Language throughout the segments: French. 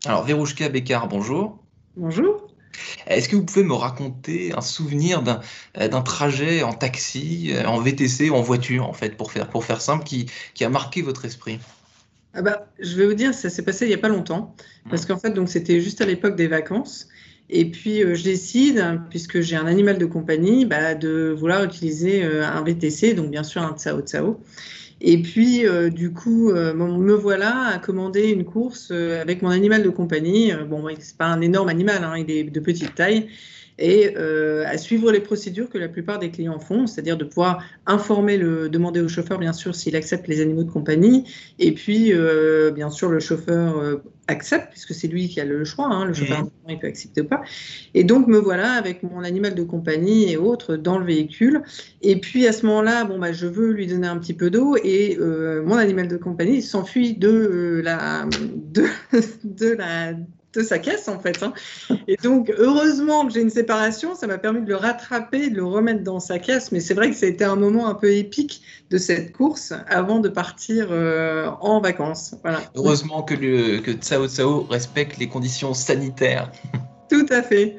Alors, Verouchka Bécard, bonjour. Bonjour. Est-ce que vous pouvez me raconter un souvenir d'un trajet en taxi, en VTC ou en voiture, en fait, pour faire simple, qui a marqué votre esprit? Ah bah, je vais vous dire, ça s'est passé il n'y a pas longtemps, parce Hmm. qu'en fait, donc c'était juste à l'époque des vacances. Et puis, je décide, puisque j'ai un animal de compagnie, bah, de vouloir utiliser un VTC, donc bien sûr un Tsao Tsao. Et puis, du coup, me voilà à commander une course avec mon animal de compagnie. Bon, ouais, c'est pas un énorme animal, hein, il est de petite taille. Et à suivre les procédures que la plupart des clients font, c'est-à-dire de pouvoir demander au chauffeur, bien sûr, s'il accepte les animaux de compagnie. Et puis, bien sûr, le chauffeur accepte, puisque c'est lui qui a le choix, hein, le chauffeur Mhm. indépendant, il peut accepter ou pas. Et donc, me voilà avec mon animal de compagnie et autres dans le véhicule. Et puis à ce moment-là, bon, bah, je veux lui donner un petit peu d'eau et mon animal de compagnie s'enfuit de, de, la, de sa caisse en fait, hein. Et donc heureusement que j'ai une séparation, ça m'a permis de le rattraper, de le remettre dans sa caisse. Mais c'est vrai que ça a été un moment un peu épique de cette course avant de partir en vacances. Voilà, Heureusement que Tsao Tsao respecte les conditions sanitaires. tout à fait.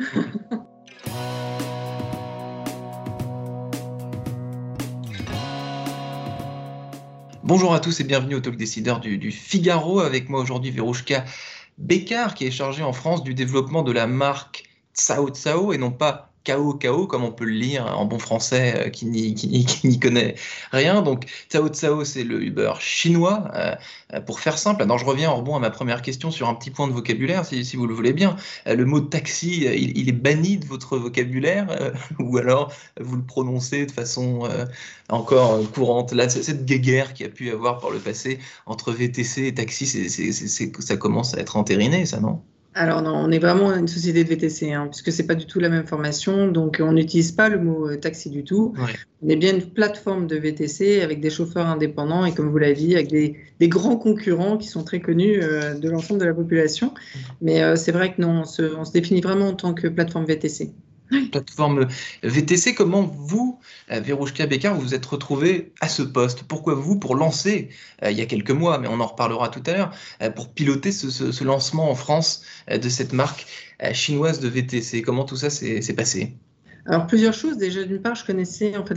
Bonjour à tous et bienvenue au Talk Décideur du Figaro. Avec moi aujourd'hui, Verouchka Bécard, qui est chargé en France du développement de la marque Tsao Tsao et non pas Kao Kao, comme on peut le lire en bon français qui n'y connaît rien. Donc, Tsao Tsao, c'est le Uber chinois, pour faire simple. Alors, je reviens en rebond à ma première question sur un petit point de vocabulaire, si vous le voulez bien. Le mot taxi, il est banni de votre vocabulaire, ou alors vous le prononcez de façon encore courante. Là, cette guéguerre qu'il y a pu y avoir par le passé entre VTC et taxi, ça commence à être entériné, ça, non? Alors non, on est vraiment une société de VTC, hein, puisque c'est pas du tout la même formation, donc on n'utilise pas le mot taxi du tout. Ouais. On est bien une plateforme de VTC avec des chauffeurs indépendants et comme vous l'avez dit, avec des grands concurrents qui sont très connus de l'ensemble de la population. Mais c'est vrai que non, on se définit vraiment en tant que plateforme VTC. Plateforme VTC, comment vous, Verouchka Bécard, vous vous êtes retrouvé à ce poste? Pourquoi vous, pour lancer, il y a quelques mois, mais on en reparlera tout à l'heure, pour piloter ce lancement en France de cette marque chinoise de VTC? Comment tout ça s'est passé? Alors plusieurs choses. Déjà, d'une part, je connaissais en fait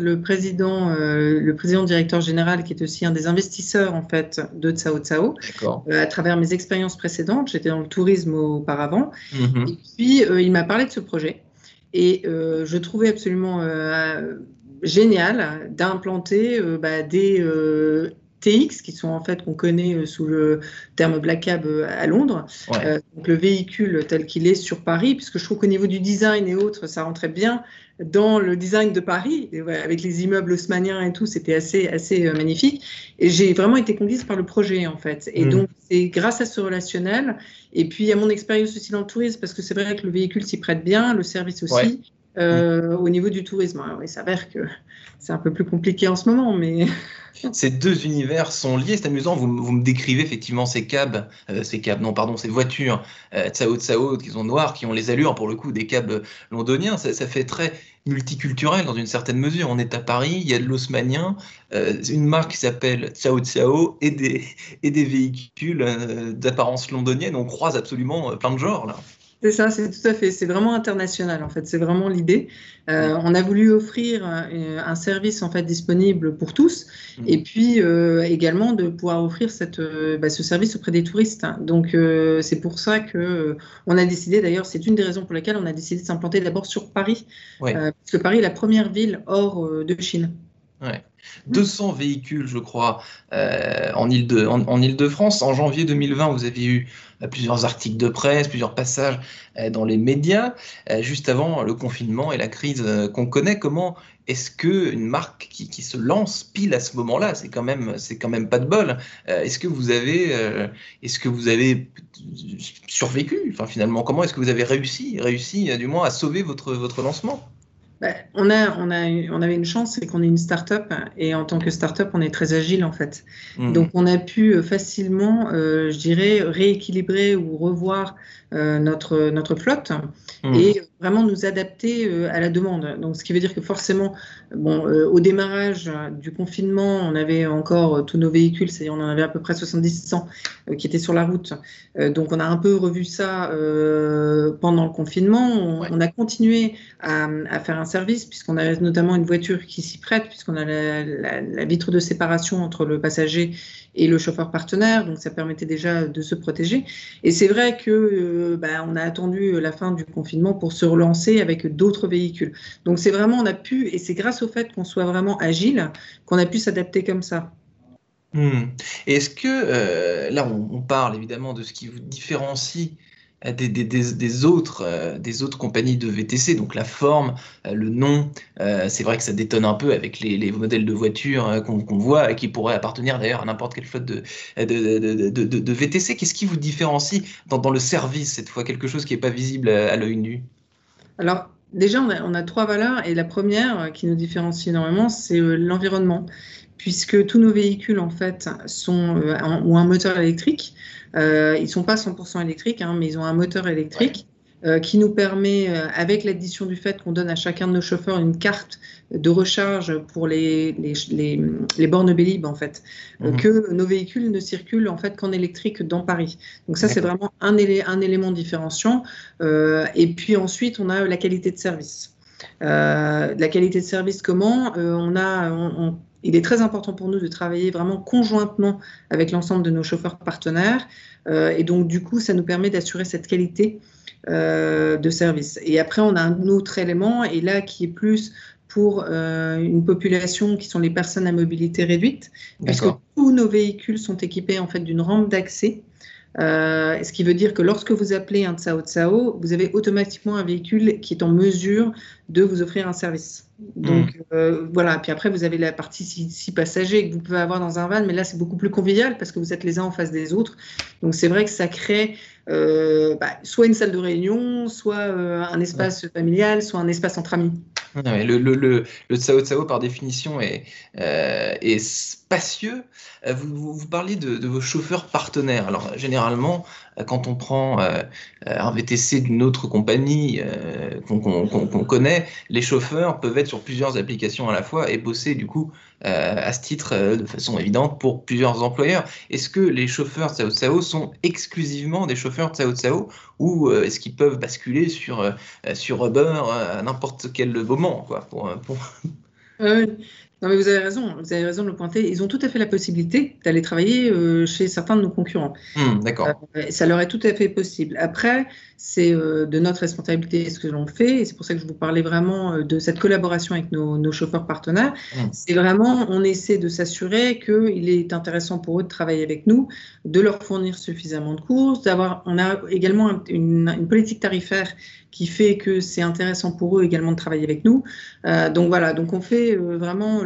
le président directeur général, qui est aussi un des investisseurs en fait de Tsao Tsao, D'accord. à travers mes expériences précédentes. J'étais dans le tourisme auparavant. Et Mhm. puis, il m'a parlé de ce projet. Et je trouvais absolument génial d'implanter des TX, qui sont en fait, qu'on connaît sous le terme Black Cab à Londres. Ouais. Donc le véhicule tel qu'il est sur Paris, puisque je trouve qu'au niveau du design et autres, ça rentrait bien dans le design de Paris, et ouais, avec les immeubles haussmanniens et tout, c'était assez magnifique. Et j'ai vraiment été conquise par le projet, en fait. Et Mhm. donc, c'est grâce à ce relationnel et puis, à mon expérience aussi dans le tourisme, parce que c'est vrai que le véhicule s'y prête bien, le service Ouais. aussi, au niveau du tourisme. Alors, il s'avère que c'est un peu plus compliqué en ce moment, mais Ces deux univers sont liés. C'est amusant. Vous me décrivez effectivement non, pardon, ces voitures Tsao Tsao qui sont noires, qui ont les allures pour le coup des cabs londoniens. Ça fait très multiculturel dans une certaine mesure. On est à Paris, il y a de l'haussmannien, une marque qui s'appelle Tsao Tsao et des véhicules d'apparence londonienne. On croise absolument plein de genres là. c'est ça, c'est tout à fait. C'est vraiment international, en fait. C'est vraiment l'idée. Mm. On a voulu offrir un service, en fait, disponible pour tous, et Mm. puis également de pouvoir offrir ce service auprès des touristes, hein. Donc, c'est pour ça que on a décidé, d'ailleurs, c'est une des raisons pour lesquelles on a décidé de s'implanter d'abord sur Paris, Ouais. parce que Paris est la première ville hors de Chine. Ouais. 200 véhicules, je crois, en Île-de-France. En janvier 2020, vous avez eu plusieurs articles de presse, plusieurs passages dans les médias, juste avant le confinement et la crise qu'on connaît. Comment est-ce que une marque qui se lance pile à ce moment-là, c'est quand même pas de bol. Est-ce que vous avez survécu? Enfin, finalement, comment est-ce que vous avez réussi du moins à sauver votre lancement? Ben, on avait une chance, c'est qu'on est une start-up et en tant que start-up, on est très agile en fait. Hmm. Donc, on a pu facilement, je dirais, rééquilibrer ou revoir notre flotte et Hmm. vraiment nous adapter à la demande. Donc, ce qui veut dire que forcément, bon, au démarrage du confinement, on avait encore tous nos véhicules, c'est-à-dire on en avait à peu près 70-100 qui étaient sur la route. Donc, on a un peu revu ça pendant le confinement. On a continué à faire un service, puisqu'on avait notamment une voiture qui s'y prête, puisqu'on a la vitre de séparation entre le passager et le chauffeur partenaire, donc ça permettait déjà de se protéger. Et c'est vrai que on a attendu la fin du confinement pour se relancer avec d'autres véhicules. Donc c'est vraiment, on a pu, et c'est grâce au fait qu'on soit vraiment agile, qu'on a pu s'adapter comme ça. Et est-ce que, là on parle évidemment de ce qui vous différencie des autres compagnies de VTC, donc la forme, le nom, c'est vrai que ça détonne un peu avec les modèles de voitures qu'on voit et qui pourraient appartenir d'ailleurs à n'importe quelle flotte de VTC. Qu'est-ce qui vous différencie dans le service cette fois, quelque chose qui n'est pas visible à l'œil nu? Alors, déjà, on a trois valeurs, et la première qui nous différencie énormément, c'est l'environnement, puisque tous nos véhicules, en fait, ont un moteur électrique. Ils ne sont pas 100% électriques, hein, mais ils ont un moteur électrique qui nous permet, avec l'addition du fait qu'on donne à chacun de nos chauffeurs une carte de recharge pour les bornes Vélib, en fait, que nos véhicules ne circulent en fait qu'en électrique dans Paris. Donc ça, c'est vraiment un élément différenciant. Et puis ensuite, on a la qualité de service. La qualité de service, comment il est très important pour nous de travailler vraiment conjointement avec l'ensemble de nos chauffeurs partenaires. Et donc, du coup, ça nous permet d'assurer cette qualité de service. Et après, on a un autre élément, et là, qui est plus pour une population qui sont les personnes à mobilité réduite, puisque tous nos véhicules sont équipés en fait d'une rampe d'accès. Ce qui veut dire que lorsque vous appelez un Tsao Tsao, vous avez automatiquement un véhicule qui est en mesure de vous offrir un service. Donc voilà, puis après vous avez la partie 6 passagers que vous pouvez avoir dans un van, mais là c'est beaucoup plus convivial parce que vous êtes les uns en face des autres. Donc c'est vrai que ça crée soit une salle de réunion, soit un espace familial, soit un espace entre amis. Ouais, le Tsao Tsao, par définition, est spacieux. Vous parliez de vos chauffeurs partenaires. Alors, généralement, quand on prend un VTC d'une autre compagnie qu'on connaît, les chauffeurs peuvent être sur plusieurs applications à la fois et bosser, du coup, à ce titre, de façon évidente, pour plusieurs employeurs. Est-ce que les chauffeurs Tsao Tsao sont exclusivement des chauffeurs Tsao Tsao, ou est-ce qu'ils peuvent basculer sur Uber à n'importe quel moment, quoi, Non, mais vous avez raison de le pointer. Ils ont tout à fait la possibilité d'aller travailler chez certains de nos concurrents. D'accord. Ça leur est tout à fait possible. Après, c'est de notre responsabilité ce que l'on fait, et c'est pour ça que je vous parlais vraiment de cette collaboration avec nos chauffeurs partenaires. C'est vraiment, on essaie de s'assurer qu'il est intéressant pour eux de travailler avec nous, de leur fournir suffisamment de courses, on a également une politique tarifaire qui fait que c'est intéressant pour eux également de travailler avec nous. Donc voilà, donc on fait vraiment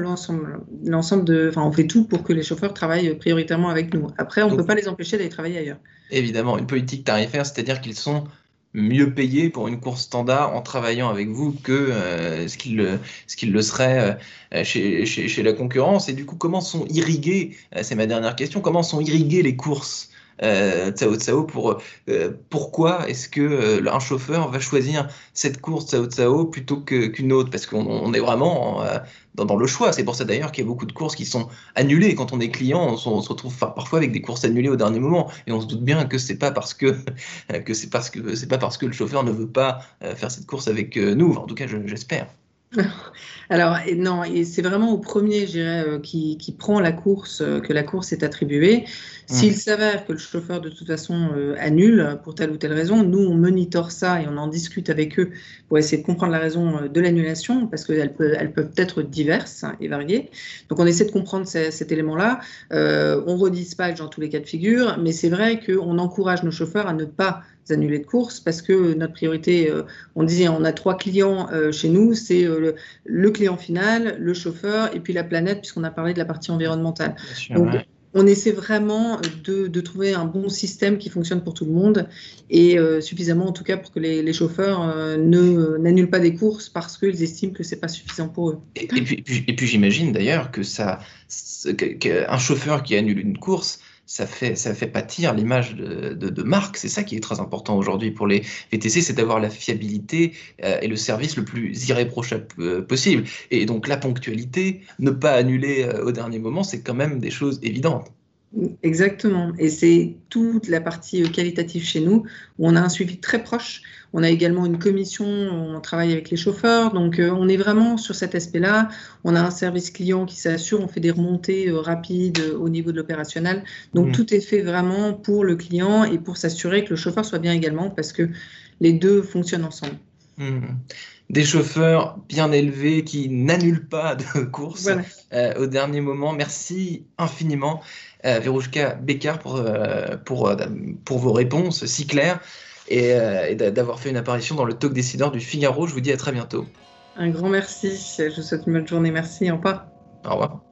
on fait tout pour que les chauffeurs travaillent prioritairement avec nous. Après, on ne peut pas les empêcher d'aller travailler ailleurs. Évidemment, une politique tarifaire, c'est-à-dire qu'ils sont mieux payés pour une course standard en travaillant avec vous que ce qu'ils le seraient chez la concurrence. Et du coup, comment sont irriguées, c'est ma dernière question, comment sont irriguées les courses Tsao Tsao pourquoi est-ce que un chauffeur va choisir cette course Tsao Tsao plutôt qu'une autre? Parce qu'on est vraiment dans le choix. C'est pour ça d'ailleurs qu'il y a beaucoup de courses qui sont annulées. Quand on est client, on se retrouve parfois avec des courses annulées au dernier moment, et on se doute bien que c'est pas parce que c'est pas parce que le chauffeur ne veut pas faire cette course avec nous. Enfin, en tout cas, j'espère. Alors, non, et c'est vraiment au premier, je dirais, qui prend la course, que la course est attribuée. S'il s'avère que le chauffeur, de toute façon, annule pour telle ou telle raison, nous, on monitore ça et on en discute avec eux pour essayer de comprendre la raison de l'annulation, parce qu'elles peuvent être diverses et variées. Donc, on essaie de comprendre cet élément-là. On redispatche dans tous les cas de figure, mais c'est vrai qu'on encourage nos chauffeurs à ne pas annuler de course, parce que notre priorité, on disait, on a 3 clients chez nous, c'est le client final, le chauffeur et puis la planète, puisqu'on a parlé de la partie environnementale. Donc, on essaie vraiment de trouver un bon système qui fonctionne pour tout le monde, et suffisamment en tout cas pour que les chauffeurs n'annulent pas des courses parce qu'ils estiment que c'est pas suffisant pour eux. Et puis j'imagine d'ailleurs que qu'un chauffeur qui annule une course, ça fait pâtir l'image de marque. C'est ça qui est très important aujourd'hui pour les VTC, c'est d'avoir la fiabilité et le service le plus irréprochable possible. Et donc la ponctualité, ne pas annuler au dernier moment, c'est quand même des choses évidentes. Exactement. Et c'est toute la partie qualitative chez nous, où on a un suivi très proche. On a également une commission, on travaille avec les chauffeurs. Donc, on est vraiment sur cet aspect-là. On a un service client qui s'assure, on fait des remontées rapides au niveau de l'opérationnel. Donc, tout est fait vraiment pour le client et pour s'assurer que le chauffeur soit bien également, parce que les deux fonctionnent ensemble. Des chauffeurs bien élevés qui n'annulent pas de course Voilà. au dernier moment. Merci infiniment, Veroushka Bekar, pour vos réponses si claires et d'avoir fait une apparition dans le Talk Décideur du Figaro. Je vous dis à très bientôt. Un grand merci. Je vous souhaite une bonne journée. Merci. Au revoir. Au revoir.